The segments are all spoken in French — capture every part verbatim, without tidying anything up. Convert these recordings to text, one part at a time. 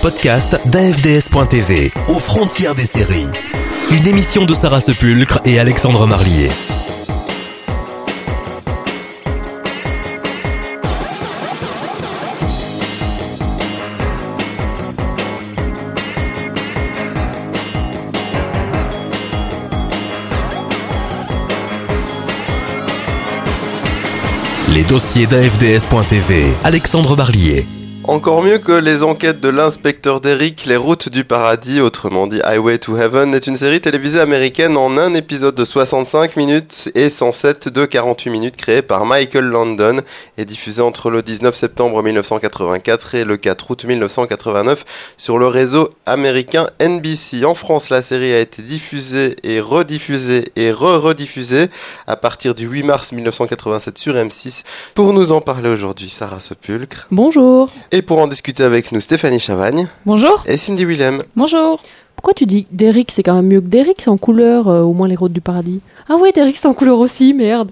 podcast d'A F D S point T V, aux frontières des séries. Une émission de Sarah Sepulcre et Alexandre Marlier. Les dossiers d'A F D S point T V, Alexandre Marlier. Encore mieux que les enquêtes de l'inspecteur Derrick, Les Routes du Paradis, autrement dit Highway to Heaven, est une série télévisée américaine en un épisode de soixante-cinq minutes et cent sept de quarante-huit minutes, créée par Michael Landon et diffusée entre le dix-neuf septembre mille neuf cent quatre-vingt-quatre et le quatre août mille neuf cent quatre-vingt-neuf sur le réseau américain N B C. En France, la série a été diffusée et rediffusée et re-rediffusée à partir du huit mars mille neuf cent quatre-vingt-sept sur M six. Pour nous en parler aujourd'hui, Sarah Sepulcre. Bonjour. Et pour en discuter avec nous, Stéphanie Chavagne. Bonjour. Et Cindy Willem. Bonjour. Pourquoi tu dis Derrick, c'est quand même mieux que Derrick, c'est en couleur, euh, au moins Les Routes du Paradis. Ah ouais, Derrick c'est en couleur aussi, merde.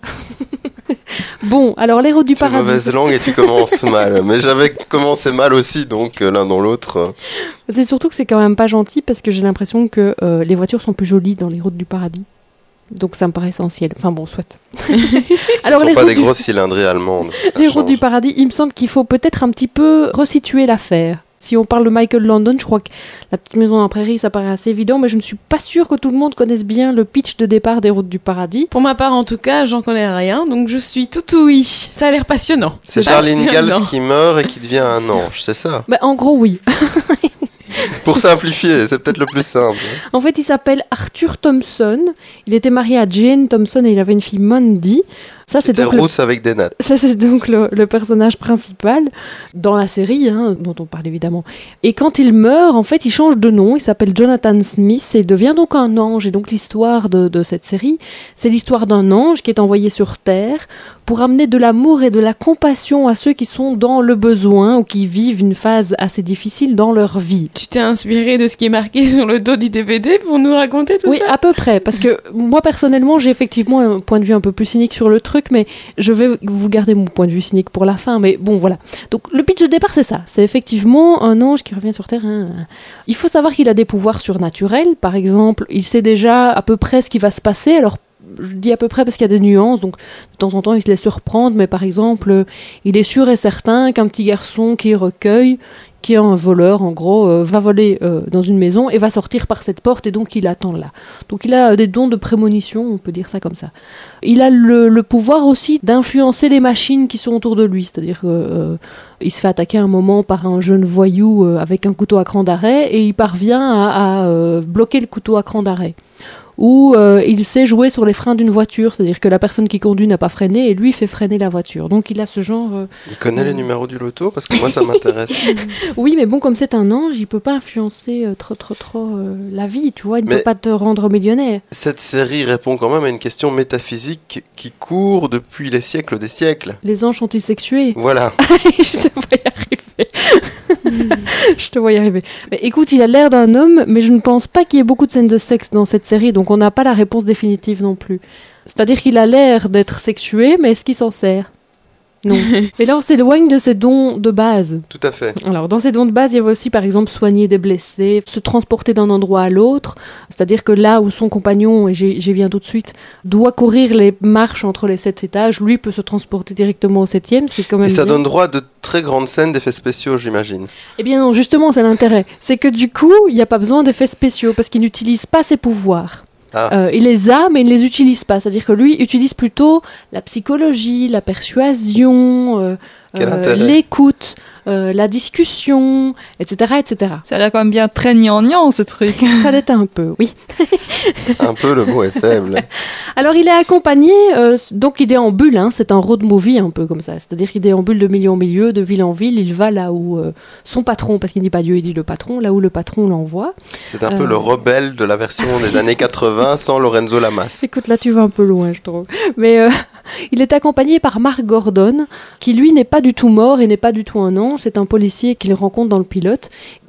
Bon, alors Les Routes du tu as Paradis. mauvaise langue et tu commences mal. Mais j'avais commencé mal aussi, donc euh, l'un dans l'autre. C'est surtout que c'est quand même pas gentil parce que j'ai l'impression que euh, les voitures sont plus jolies dans Les Routes du Paradis. Donc ça me paraît essentiel. Enfin bon, soit. Alors, Ce ne sont pas des du... grosses cylindrées allemandes. Les Routes du Paradis, il me semble qu'il faut peut-être un petit peu resituer l'affaire. Si on parle de Michael Landon, je crois que La Petite Maison dans la Prairie, ça paraît assez évident, mais je ne suis pas sûre que tout le monde connaisse bien le pitch de départ des Routes du Paradis. Pour ma part, en tout cas, j'en connais rien, donc je suis tout oui. Ça a l'air passionnant. C'est Charles Ingalls qui meurt et qui devient un ange, c'est ça? Bah, en gros, oui. Pour simplifier, c'est peut-être le plus simple. En fait, il s'appelle Arthur Thompson. Il était marié à Jane Thompson et il avait une fille Mandy. Ça, c'est donc Roots le... avec des nattes. Ça, c'est donc le, le personnage principal dans la série, hein, dont on parle évidemment. Et quand il meurt, en fait, il change de nom. Il s'appelle Jonathan Smith et il devient donc un ange. Et donc, l'histoire de, de cette série, c'est l'histoire d'un ange qui est envoyé sur Terre pour amener de l'amour et de la compassion à ceux qui sont dans le besoin ou qui vivent une phase assez difficile dans leur vie. Tu t'es inspiré de ce qui est marqué sur le dos du D V D pour nous raconter tout oui, ça? Oui, à peu près. Parce que moi, personnellement, j'ai effectivement un point de vue un peu plus cynique sur le truc, mais je vais vous garder mon point de vue cynique pour la fin. Mais bon, voilà. Donc, le pitch de départ, c'est ça. C'est effectivement un ange qui revient sur Terre. Il faut savoir qu'il a des pouvoirs surnaturels. Par exemple, il sait déjà à peu près ce qui va se passer. Alors, je dis à peu près parce qu'il y a des nuances, donc de temps en temps il se laisse surprendre, mais par exemple, il est sûr et certain qu'un petit garçon qui recueille, qui est un voleur en gros, euh, va voler euh, dans une maison et va sortir par cette porte et donc il attend là. Donc il a des dons de prémonition, on peut dire ça comme ça. Il a le, le pouvoir aussi d'influencer les machines qui sont autour de lui, c'est-à-dire qu'il euh, se fait attaquer un moment par un jeune voyou euh, avec un couteau à cran d'arrêt et il parvient à, à euh, bloquer le couteau à cran d'arrêt. Ou euh, il sait jouer sur les freins d'une voiture, c'est-à-dire que la personne qui conduit n'a pas freiné et lui fait freiner la voiture. Donc il a ce genre... Euh, il connaît euh... les numéros du loto parce que moi ça m'intéresse. Oui, mais bon, comme c'est un ange, il peut pas influencer euh, trop trop trop euh, la vie, tu vois, il ne mais peut pas te rendre millionnaire. Cette série répond quand même à une question métaphysique qui court depuis les siècles des siècles. Les anges sont-ils sexués? Voilà. Je te vois y arriver. Je te vois y arriver. Mais écoute, il a l'air d'un homme, mais je ne pense pas qu'il y ait beaucoup de scènes de sexe dans cette série, donc on n'a pas la réponse définitive non plus. C'est-à-dire qu'il a l'air d'être sexué, mais est-ce qu'il s'en sert? Non. Et là, on s'éloigne de ses dons de base. Tout à fait. Alors, dans ses dons de base, il y avait aussi, par exemple, soigner des blessés, se transporter d'un endroit à l'autre. C'est-à-dire que là où son compagnon, et j'y, j'y viens tout de suite, doit courir les marches entre les sept étages, lui peut se transporter directement au septième, c'est quand même Et ça bien. Donne droit à de très grandes scènes d'effets spéciaux, j'imagine. Eh bien non, justement, c'est l'intérêt. C'est que du coup, il n'y a pas besoin d'effets spéciaux, parce qu'il n'utilise pas ses pouvoirs. Ah. Euh, il les a, mais il ne les utilise pas. C'est-à-dire que lui utilise plutôt la psychologie, la persuasion, euh, euh, l'écoute, euh, la discussion, et cetera, et cetera. Ça a l'air quand même bien très gnangnan, ce truc. Ça l'est un peu, oui. Un peu, le mot est faible. Alors, il est accompagné, euh, donc il déambule, hein, c'est un road movie un peu comme ça. C'est-à-dire qu'il déambule de milieu en milieu, de ville en ville. Il va là où euh, son patron, parce qu'il ne dit pas Dieu, il dit le patron, là où le patron l'envoie. C'est un euh... peu le rebelle de la version des années quatre-vingts sans Lorenzo Lamas. Écoute, là tu vas un peu loin, je trouve. Mais euh, il est accompagné par Mark Gordon, qui lui n'est pas du tout mort et n'est pas du tout un ange. C'est un policier qu'il rencontre dans le pilote.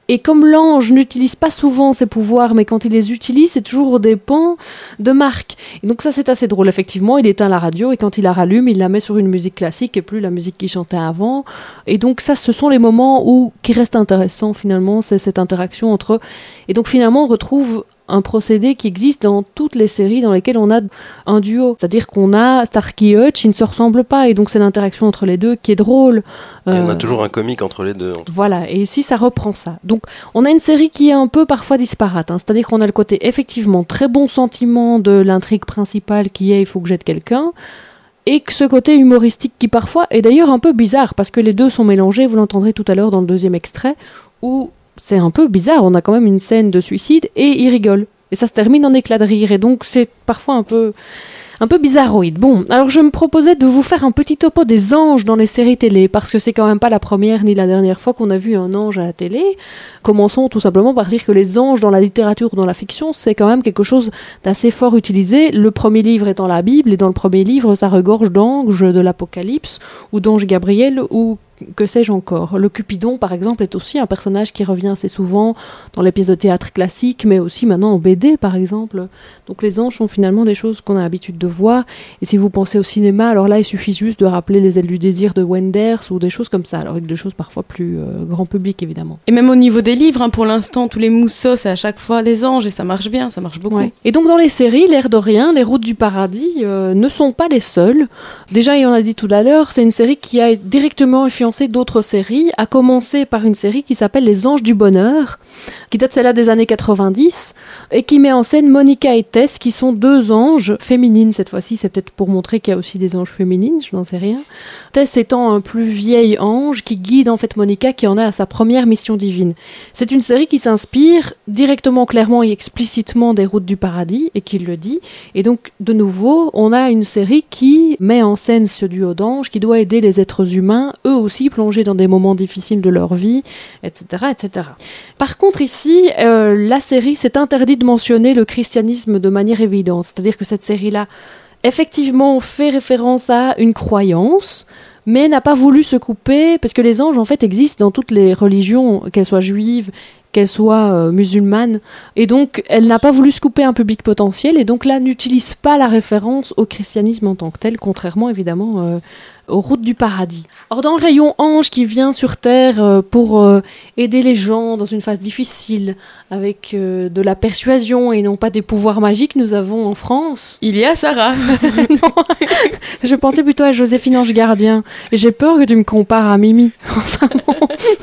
Et comme l'ange n'utilise pas souvent ses pouvoirs, mais quand il les utilise, c'est toujours aux dépens de Marc. Et donc ça, c'est assez drôle. Effectivement, il éteint la radio et quand il la rallume, il la met sur une musique classique et plus la musique qu'il chantait avant. Et donc ça, ce sont les moments où qui restent intéressants finalement, c'est cette interaction entre eux. Et donc finalement, on retrouve un procédé qui existe dans toutes les séries dans lesquelles on a un duo. C'est-à-dire qu'on a Starkey et Hutch, ils ne se ressemblent pas, et donc c'est l'interaction entre les deux qui est drôle. Il y en a Euh, toujours un comique entre les deux. Voilà, et ici ça reprend ça. Donc on a une série qui est un peu parfois disparate, hein. C'est-à-dire qu'on a le côté effectivement très bon sentiment de l'intrigue principale qui est il faut que j'aide quelqu'un, et que ce côté humoristique qui parfois est d'ailleurs un peu bizarre, parce que les deux sont mélangés, vous l'entendrez tout à l'heure dans le deuxième extrait, où c'est un peu bizarre, on a quand même une scène de suicide et il rigole. Et ça se termine en éclat de rire, et donc c'est parfois un peu, un peu bizarroïde. Bon, alors je me proposais de vous faire un petit topo des anges dans les séries télé, parce que c'est quand même pas la première ni la dernière fois qu'on a vu un ange à la télé. Commençons tout simplement par dire que les anges dans la littérature ou dans la fiction, c'est quand même quelque chose d'assez fort utilisé. Le premier livre étant la Bible, et dans le premier livre, ça regorge d'anges de l'Apocalypse, ou d'anges Gabriel, ou que sais-je encore. Le Cupidon, par exemple, est aussi un personnage qui revient assez souvent dans les pièces de théâtre classiques, mais aussi maintenant en B D, par exemple. Donc les anges sont finalement des choses qu'on a l'habitude de voir. Et si vous pensez au cinéma, alors là, il suffit juste de rappeler Les Ailes du désir de Wenders ou des choses comme ça, alors avec des choses parfois plus euh, grand public, évidemment. Et même au niveau des livres, hein, pour l'instant, tous les mousseaux, c'est à chaque fois les anges, et ça marche bien, ça marche beaucoup. Ouais. Et donc dans les séries, l'air de rien, les routes du paradis euh, ne sont pas les seules. Déjà, il en a dit tout à l'heure, c'est une série qui a directement influencé d'autres séries, à commencer par une série qui s'appelle Les Anges du Bonheur, qui date celle-là des années quatre-vingt-dix, et qui met en scène Monica et Tess, qui sont deux anges féminines cette fois-ci. C'est peut-être pour montrer qu'il y a aussi des anges féminines, je n'en sais rien. Tess étant un plus vieil ange qui guide en fait Monica, qui en est à sa première mission divine. C'est une série qui s'inspire directement, clairement et explicitement des routes du paradis, et qui le dit. Et donc, de nouveau, on a une série qui met en scène ce duo d'anges, qui doit aider les êtres humains, eux aussi plongés dans des moments difficiles de leur vie, et cetera, et cetera. Par contre, ici, euh, la série s'est interdit de mentionner le christianisme de manière évidente. C'est-à-dire que cette série-là, effectivement, fait référence à une croyance, mais n'a pas voulu se couper, parce que les anges, en fait, existent dans toutes les religions, qu'elles soient juives, qu'elles soient euh, musulmanes, et donc elle n'a pas voulu se couper un public potentiel, et donc là n'utilise pas la référence au christianisme en tant que tel, contrairement évidemment euh, aux routes du paradis. Or dans le rayon ange qui vient sur Terre euh, pour euh, aider les gens dans une phase difficile, avec euh, de la persuasion et non pas des pouvoirs magiques, nous avons en France... Il y a Sarah. Non, je pensais plutôt à Joséphine Ange Gardien, et j'ai peur que tu me compares à Mimi. Enfin bon...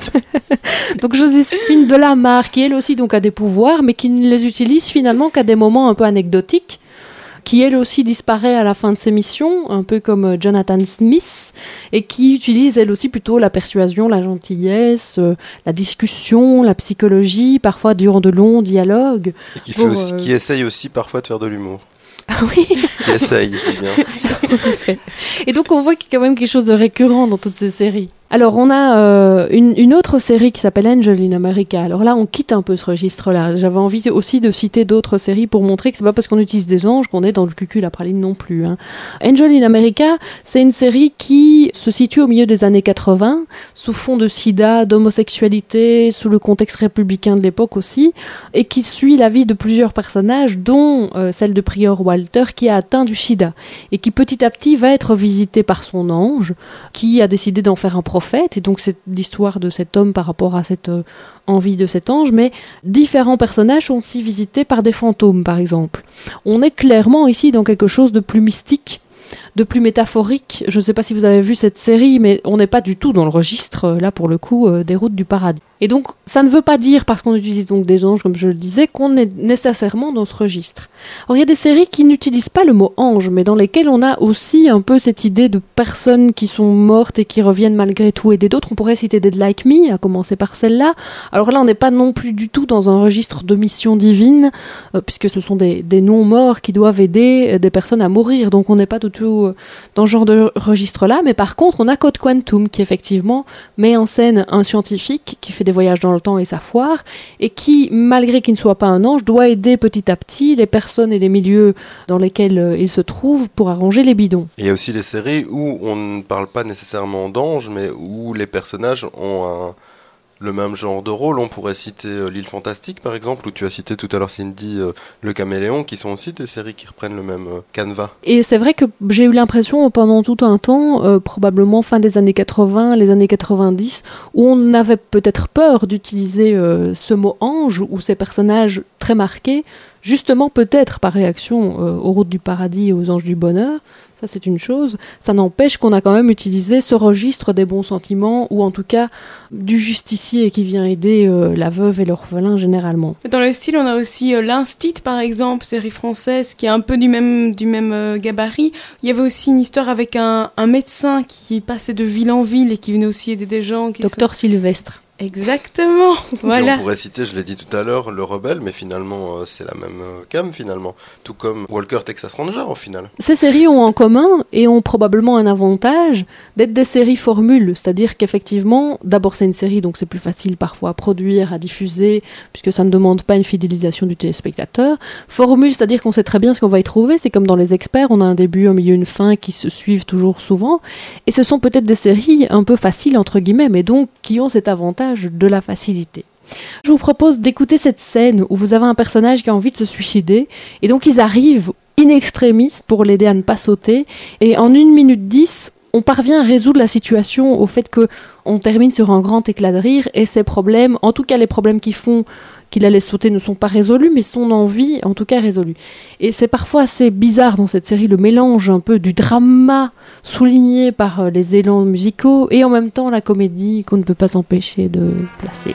Donc Joséphine Delamarre, qui elle aussi donc a des pouvoirs, mais qui ne les utilise finalement qu'à des moments un peu anecdotiques, qui elle aussi disparaît à la fin de ses missions, un peu comme Jonathan Smith, et qui utilise elle aussi plutôt la persuasion, la gentillesse, euh, la discussion, la psychologie, parfois durant de longs dialogues. Et qui, fait Pour, aussi, euh, qui essaye aussi parfois de faire de l'humour. Ah oui. Qui essaye, je dis bien. Et donc on voit qu'il y a quand même quelque chose de récurrent dans toutes ces séries. Alors on a euh, une, une autre série qui s'appelle Angel in America. Alors là on quitte un peu ce registre-là. J'avais envie aussi de citer d'autres séries pour montrer que c'est pas parce qu'on utilise des anges qu'on est dans le cucul la praline non plus, hein. Angel in America, c'est une série qui se situe au milieu des années quatre-vingts, sous fond de sida, d'homosexualité, sous le contexte républicain de l'époque aussi, et qui suit la vie de plusieurs personnages, dont euh, celle de Prior Walter qui a atteint du sida, et qui petit à petit va être visité par son ange, qui a décidé d'en faire un prophète. Et donc c'est l'histoire de cet homme par rapport à cette euh, envie de cet ange, mais différents personnages sont aussi visités par des fantômes par exemple. On est clairement ici dans quelque chose de plus mystique, de plus métaphorique. Je ne sais pas si vous avez vu cette série, mais on n'est pas du tout dans le registre, là pour le coup, euh, des routes du paradis. Et donc, ça ne veut pas dire, parce qu'on utilise donc des anges, comme je le disais, qu'on est nécessairement dans ce registre. Alors, il y a des séries qui n'utilisent pas le mot ange, mais dans lesquelles on a aussi un peu cette idée de personnes qui sont mortes et qui reviennent malgré tout aider d'autres. On pourrait citer Dead Like Me, à commencer par celle-là. Alors là, on n'est pas non plus du tout dans un registre de mission divine, euh, puisque ce sont des, des non-morts qui doivent aider euh, des personnes à mourir. Donc, on n'est pas du tout euh, dans ce genre de registre-là. Mais par contre, on a Code Quantum, qui effectivement met en scène un scientifique qui fait des voyages dans le temps et sa foire, et qui, malgré qu'il ne soit pas un ange, doit aider petit à petit les personnes et les milieux dans lesquels euh, il se trouve pour arranger les bidons. Il y a aussi les séries où on ne parle pas nécessairement d'anges, mais où les personnages ont un, le même genre de rôle. On pourrait citer euh, L'Île Fantastique, par exemple, où tu as cité tout à l'heure, Cindy, euh, Le Caméléon, qui sont aussi des séries qui reprennent le même euh, canevas. Et c'est vrai que j'ai eu l'impression pendant tout un temps, euh, probablement fin des années quatre-vingts, les années quatre-vingt-dix, où on avait peut-être peur d'utiliser euh, ce mot ange ou ces personnages très marqués, justement peut-être par réaction euh, aux Routes du Paradis et aux Anges du Bonheur. Ça, c'est une chose. Ça n'empêche qu'on a quand même utilisé ce registre des bons sentiments, ou en tout cas du justicier qui vient aider euh, la veuve et l'orphelin généralement. Dans le style, on a aussi euh, l'Instit, par exemple, série française qui est un peu du même, du même euh, gabarit. Il y avait aussi une histoire avec un, un médecin qui passait de ville en ville et qui venait aussi aider des gens. Qui Docteur sont... Sylvestre. Exactement, voilà. Et on pourrait citer, je l'ai dit tout à l'heure, Le Rebelle, mais finalement, euh, c'est la même euh, cam, finalement. Tout comme Walker Texas Ranger, au final. Ces séries ont en commun et ont probablement un avantage d'être des séries formules, c'est-à-dire qu'effectivement, d'abord c'est une série, donc c'est plus facile parfois à produire, à diffuser, puisque ça ne demande pas une fidélisation du téléspectateur. Formule, c'est-à-dire qu'on sait très bien ce qu'on va y trouver, c'est comme dans Les Experts, on a un début, un milieu, une fin qui se suivent toujours souvent, et ce sont peut-être des séries un peu faciles, entre guillemets, mais donc qui ont cet avantage de la facilité. Je vous propose d'écouter cette scène où vous avez un personnage qui a envie de se suicider et donc ils arrivent in extremis pour l'aider à ne pas sauter et en une minute dix on parvient à résoudre la situation au fait que on termine sur un grand éclat de rire et ses problèmes, en tout cas les problèmes qui font qu'il allait sauter ne sont pas résolus, mais son envie, en tout cas, résolue. Et c'est parfois assez bizarre dans cette série, le mélange un peu du drama souligné par euh, les élans musicaux et en même temps la comédie qu'on ne peut pas s'empêcher de placer.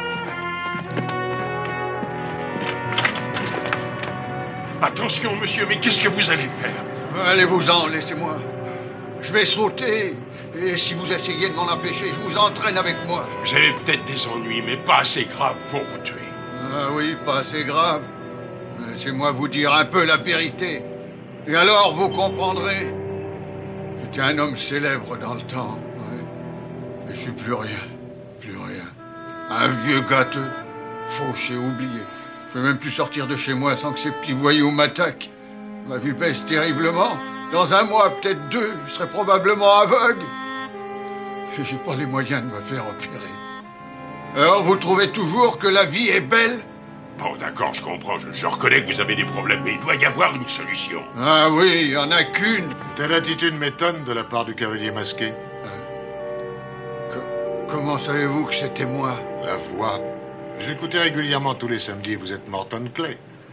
Attention, monsieur, mais qu'est-ce que vous allez faire? Allez-vous-en, laissez-moi. Je vais sauter, et si vous essayez de m'en empêcher, je vous entraîne avec moi. Vous avez peut-être des ennuis, mais pas assez graves pour vous tuer. Ah oui, pas assez grave. Laissez-moi vous dire un peu la vérité. Et alors vous comprendrez. J'étais un homme célèbre dans le temps. Ouais. Et je suis plus rien. Plus rien. Un vieux gâteux. Fauché, oublié. Je peux même plus sortir de chez moi sans que ces petits voyous m'attaquent. Ma vue baisse terriblement. Dans un mois, peut-être deux, je serai probablement aveugle. Et j'ai pas les moyens de me faire opérer. Alors, vous trouvez toujours que la vie est belle? Bon, d'accord, je comprends. Je, je reconnais que vous avez des problèmes, mais il doit y avoir une solution. Ah oui, il n'y en a qu'une. Telle attitude m'étonne de la part du cavalier masqué. Euh, co- comment savez-vous que c'était moi? La voix. Je l'écoutais régulièrement tous les samedis. Vous êtes Morton Clay.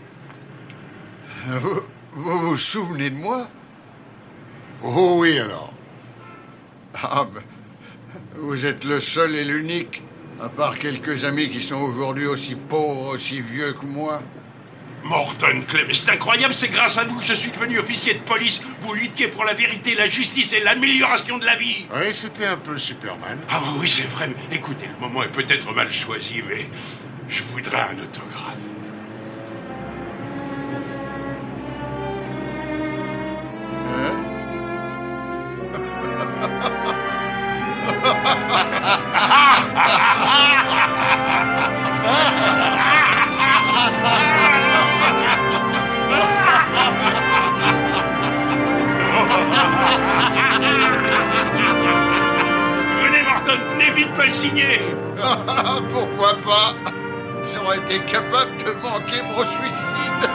Vous, vous vous souvenez de moi? Oh oui, alors. Ah, ben, vous êtes le seul et l'unique, à part quelques amis qui sont aujourd'hui aussi pauvres, aussi vieux que moi. Morton Clay, mais c'est incroyable, c'est grâce à vous que je suis devenu officier de police. Vous luttiez pour la vérité, la justice et l'amélioration de la vie. Oui, c'était un peu Superman. Ah oui, c'est vrai. Écoutez, le moment est peut-être mal choisi, mais je voudrais un autographe. Venez, Morton, n'évite pas le signer. Pourquoi pas? J'aurais été capable de manquer mon suicide.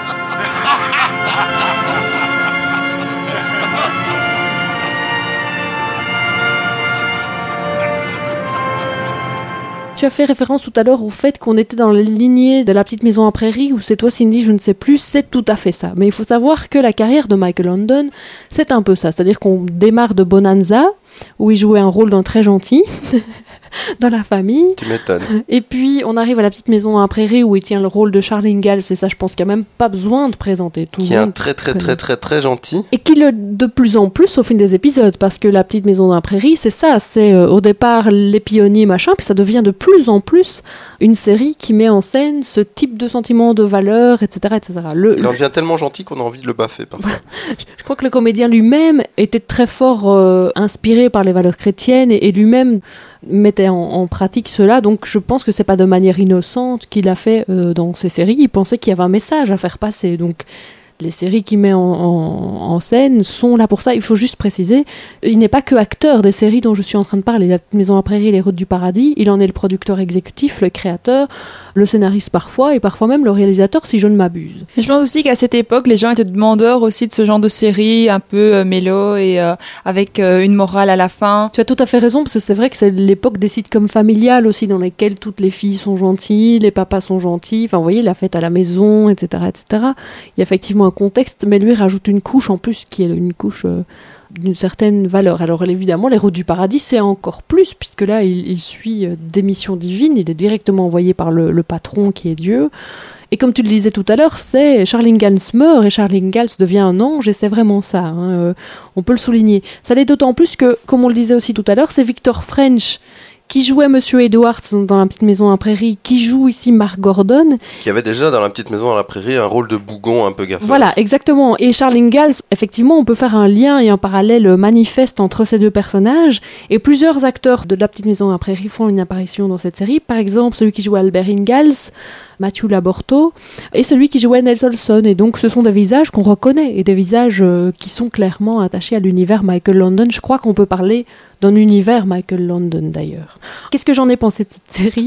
Tu as fait référence tout à l'heure au fait qu'on était dans la lignée de La Petite Maison en Prairie, ou c'est toi Cindy, je ne sais plus, c'est tout à fait ça. Mais il faut savoir que la carrière de Michael London, c'est un peu ça. C'est-à-dire qu'on démarre de Bonanza, où il jouait un rôle d'un très gentil, dans la famille. Tu m'étonnes. Et puis on arrive à La Petite Maison en Prairie, où il tient le rôle de Charles Ingalls, et ça je pense qu'il n'y a même pas besoin de présenter tout. Qui est un très très très très très gentil. Et qui le de plus en plus au fil des épisodes, parce que La Petite Maison d'un Prairie, c'est ça, c'est euh, au départ les pionniers machin, puis ça devient de plus en plus une série qui met en scène ce type de sentiment, de valeur, et cetera, et cetera. Le, Il en devient tellement gentil qu'on a envie de le baffer parfois. Je crois que le comédien lui-même était très fort euh, inspiré par les valeurs chrétiennes et, et lui-même mettait en, en pratique cela, donc je pense que c'est pas de manière innocente qu'il a fait euh, dans ces séries. Il pensait qu'il y avait un message à faire passer, donc Les séries qu'il met en, en, en scène sont là pour ça. Il faut juste préciser, il n'est pas que acteur des séries dont je suis en train de parler. La Maison à la Prairie, Les Routes du Paradis, il en est le producteur exécutif, le créateur, le scénariste parfois, et parfois même le réalisateur, si je ne m'abuse. Je pense aussi qu'à cette époque, les gens étaient demandeurs aussi de ce genre de série, un peu euh, mélo et euh, avec euh, une morale à la fin. Tu as tout à fait raison, parce que c'est vrai que c'est l'époque des sitcoms familiales aussi, dans lesquelles toutes les filles sont gentilles, les papas sont gentils, enfin vous voyez, la fête à la maison, et cetera, et cetera. Il y a effectivement un contexte, mais lui rajoute une couche en plus, qui est une couche euh, d'une certaine valeur. Alors évidemment, Les Routes du Paradis, c'est encore plus, puisque là, il, il suit euh, des missions divines, il est directement envoyé par le, le patron qui est Dieu. Et comme tu le disais tout à l'heure, c'est Charles Ingalls meurt et Charles Ingalls devient un ange, et c'est vraiment ça, hein, euh, on peut le souligner. Ça l'est d'autant plus que, comme on le disait aussi tout à l'heure, c'est Victor French qui jouait Monsieur Edwards dans La Petite Maison à la Prairie, qui joue ici Mark Gordon. Qui avait déjà dans La Petite Maison à la Prairie un rôle de bougon un peu gaffeur. Voilà, exactement. Et Charles Ingalls, effectivement, on peut faire un lien et un parallèle manifeste entre ces deux personnages. Et plusieurs acteurs de La Petite Maison à la Prairie font une apparition dans cette série. Par exemple, celui qui joue Albert Ingalls, Matthew Laborto, et celui qui jouait Nels Olson. Et donc, ce sont des visages qu'on reconnaît, et des visages euh, qui sont clairement attachés à l'univers Michael London. Je crois qu'on peut parler d'un univers Michael London, d'ailleurs. Qu'est-ce que j'en ai pensé de cette série ?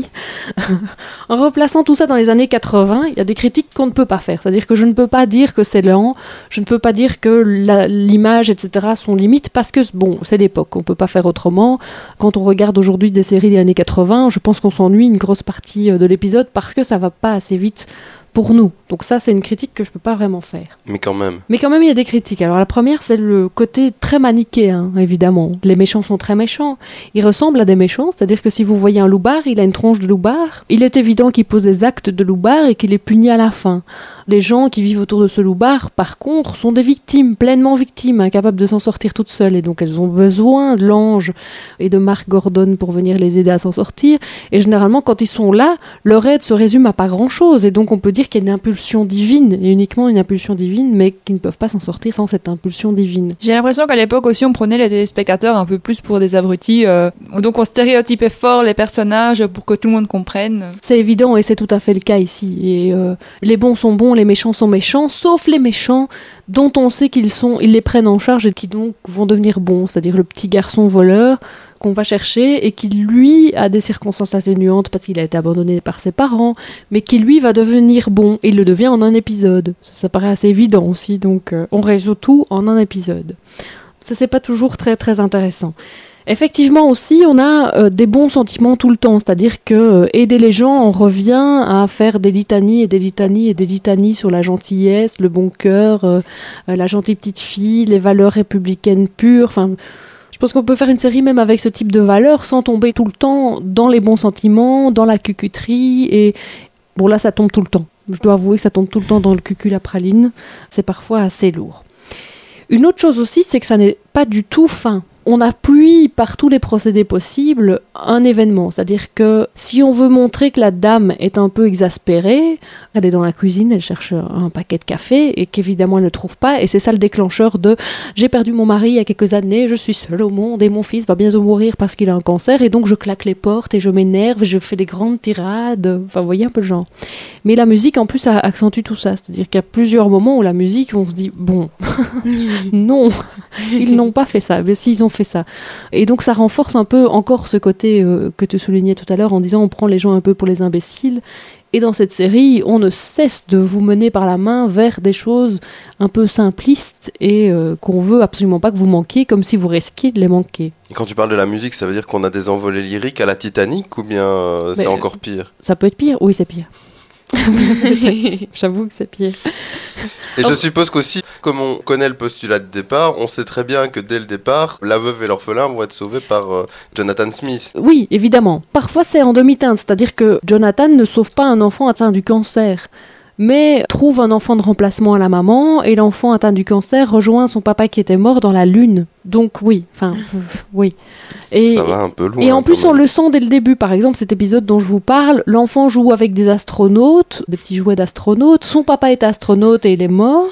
En replaçant tout ça dans les années quatre-vingts, il y a des critiques qu'on ne peut pas faire. C'est-à-dire que je ne peux pas dire que c'est lent, je ne peux pas dire que la, l'image, et cetera sont limites, parce que, bon, c'est l'époque, on ne peut pas faire autrement. Quand on regarde aujourd'hui des séries des années quatre-vingts, je pense qu'on s'ennuie une grosse partie de l'épisode, parce que ça va pas assez vite pour nous. Donc ça, c'est une critique que je peux pas vraiment faire. Mais quand même. Mais quand même, il y a des critiques. Alors la première, c'est le côté très manichéen, évidemment. Les méchants sont très méchants. Ils ressemblent à des méchants, c'est-à-dire que si vous voyez un loupard, il a une tronche de loupard. Il est évident qu'il pose des actes de loupard et qu'il est puni à la fin. Les gens qui vivent autour de ce loupard, par contre, sont des victimes, pleinement victimes, incapables de s'en sortir toutes seules. Et donc elles ont besoin de l'ange et de Mark Gordon pour venir les aider à s'en sortir. Et généralement, quand ils sont là, leur aide se résume à pas grand-chose. Et donc on peut dire qu'il y a une impulsion divine, et uniquement une impulsion divine, mais qu'ils ne peuvent pas s'en sortir sans cette impulsion divine. J'ai l'impression qu'à l'époque aussi, on prenait les téléspectateurs un peu plus pour des abrutis. Euh, donc on stéréotypait fort les personnages pour que tout le monde comprenne. C'est évident, et c'est tout à fait le cas ici. Et euh, les bons sont bons, les méchants sont méchants, sauf les méchants dont on sait qu'ils sont, ils les prennent en charge et qui donc vont devenir bons, c'est-à-dire le petit garçon voleur qu'on va chercher et qui lui a des circonstances atténuantes parce qu'il a été abandonné par ses parents, mais qui lui va devenir bon, et il le devient en un épisode. Ça, ça paraît assez évident aussi, donc euh, on résout tout en un épisode. Ça, c'est pas toujours très très intéressant. Effectivement aussi, on a euh, des bons sentiments tout le temps, c'est-à-dire que euh, aider les gens, on revient à faire des litanies et des litanies et des litanies sur la gentillesse, le bon cœur, euh, euh, la gentille petite fille, les valeurs républicaines pures, enfin... Je pense qu'on peut faire une série même avec ce type de valeurs sans tomber tout le temps dans les bons sentiments, dans la cucuterie, et bon là ça tombe tout le temps. Je dois avouer que ça tombe tout le temps dans le cucul la praline, c'est parfois assez lourd. Une autre chose aussi, c'est que ça n'est pas du tout fin. On appuie par tous les procédés possibles un événement. C'est-à-dire que si on veut montrer que la dame est un peu exaspérée, elle est dans la cuisine, elle cherche un paquet de café et qu'évidemment elle ne trouve pas. Et c'est ça le déclencheur de « j'ai perdu mon mari il y a quelques années, je suis seule au monde et mon fils va bientôt mourir parce qu'il a un cancer et donc je claque les portes et je m'énerve et je fais des grandes tirades. » Enfin, vous voyez un peu le genre. Mais la musique en plus accentue tout ça. C'est-à-dire qu'il y a plusieurs moments où la musique, on se dit « bon, non, ils n'ont pas fait ça. » Mais s'ils ont fait ça. Et donc ça renforce un peu encore ce côté euh, que tu soulignais tout à l'heure en disant on prend les gens un peu pour les imbéciles. Et dans cette série, on ne cesse de vous mener par la main vers des choses un peu simplistes et euh, qu'on veut absolument pas que vous manquiez, comme si vous risquiez de les manquer. Et quand tu parles de la musique, ça veut dire qu'on a des envolées lyriques à la Titanic ou bien euh, c'est Mais, encore pire ? Ça peut être pire ? Oui, c'est pire. J'avoue que c'est pire. Et je suppose qu'aussi, comme on connaît le postulat de départ, on sait très bien que dès le départ, la veuve et l'orphelin vont être sauvés par euh, Jonathan Smith. Oui, évidemment. Parfois c'est en demi-teinte, c'est-à-dire que Jonathan ne sauve pas un enfant atteint du cancer, mais trouve un enfant de remplacement à la maman, et l'enfant atteint du cancer rejoint son papa qui était mort dans la lune. Donc oui, enfin, oui. Et, ça va un peu loin. Et en plus, on le sent dès le début. Par exemple, cet épisode dont je vous parle, l'enfant joue avec des astronautes, des petits jouets d'astronautes. Son papa est astronaute et il est mort.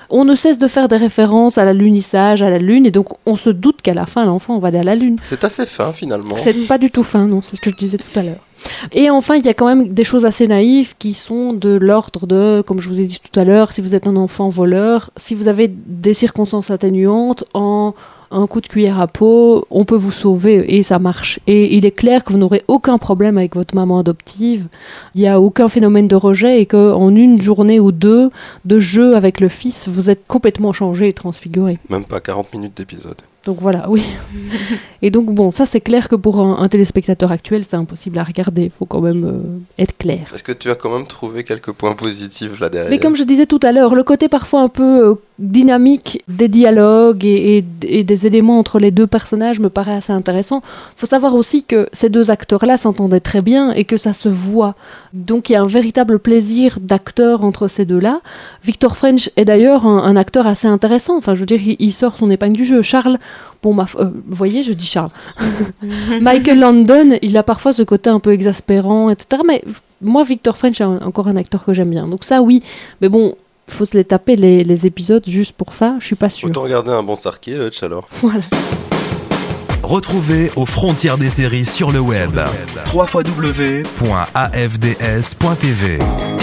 On ne cesse de faire des références à l'alunissage, à la Lune, et donc on se doute qu'à la fin, l'enfant va aller à la Lune. C'est assez fin, finalement. C'est pas du tout fin, non, c'est ce que je disais tout à l'heure. Et enfin, il y a quand même des choses assez naïves qui sont de l'ordre de, comme je vous ai dit tout à l'heure, si vous êtes un enfant voleur, si vous avez des circonstances atténuantes, en un coup de cuillère à peau, on peut vous sauver et ça marche. Et il est clair que vous n'aurez aucun problème avec votre maman adoptive. Il n'y a aucun phénomène de rejet et qu'en une journée ou deux de jeu avec le fils, vous êtes complètement changé et transfiguré. Même pas quarante minutes d'épisode. Donc voilà, oui. Et donc bon, ça c'est clair que pour un, un téléspectateur actuel, c'est impossible à regarder. Il faut quand même euh, être clair. Est-ce que tu as quand même trouvé quelques points positifs là derrière ? Mais comme je disais tout à l'heure, le côté parfois un peu euh, dynamique des dialogues et, et, et des éléments entre les deux personnages me paraît assez intéressant. Il faut savoir aussi que ces deux acteurs-là s'entendaient très bien et que ça se voit. Donc il y a un véritable plaisir d'acteur entre ces deux-là. Victor French est d'ailleurs un, un acteur assez intéressant. Enfin, je veux dire, il, il sort son épingle du jeu. Charles, bon, ma, euh, vous voyez, je dis Charles. Michael Landon, il a parfois ce côté un peu exaspérant, et cetera. Mais moi, Victor French est un, encore un acteur que j'aime bien. Donc ça, oui. Mais bon, il faut se les taper les, les épisodes juste pour ça. Je suis pas sûre. Autant regarder un bon Starkey, Hutch, alors. Voilà. Retrouvez aux frontières des séries sur le web. w w w point a f d s point t v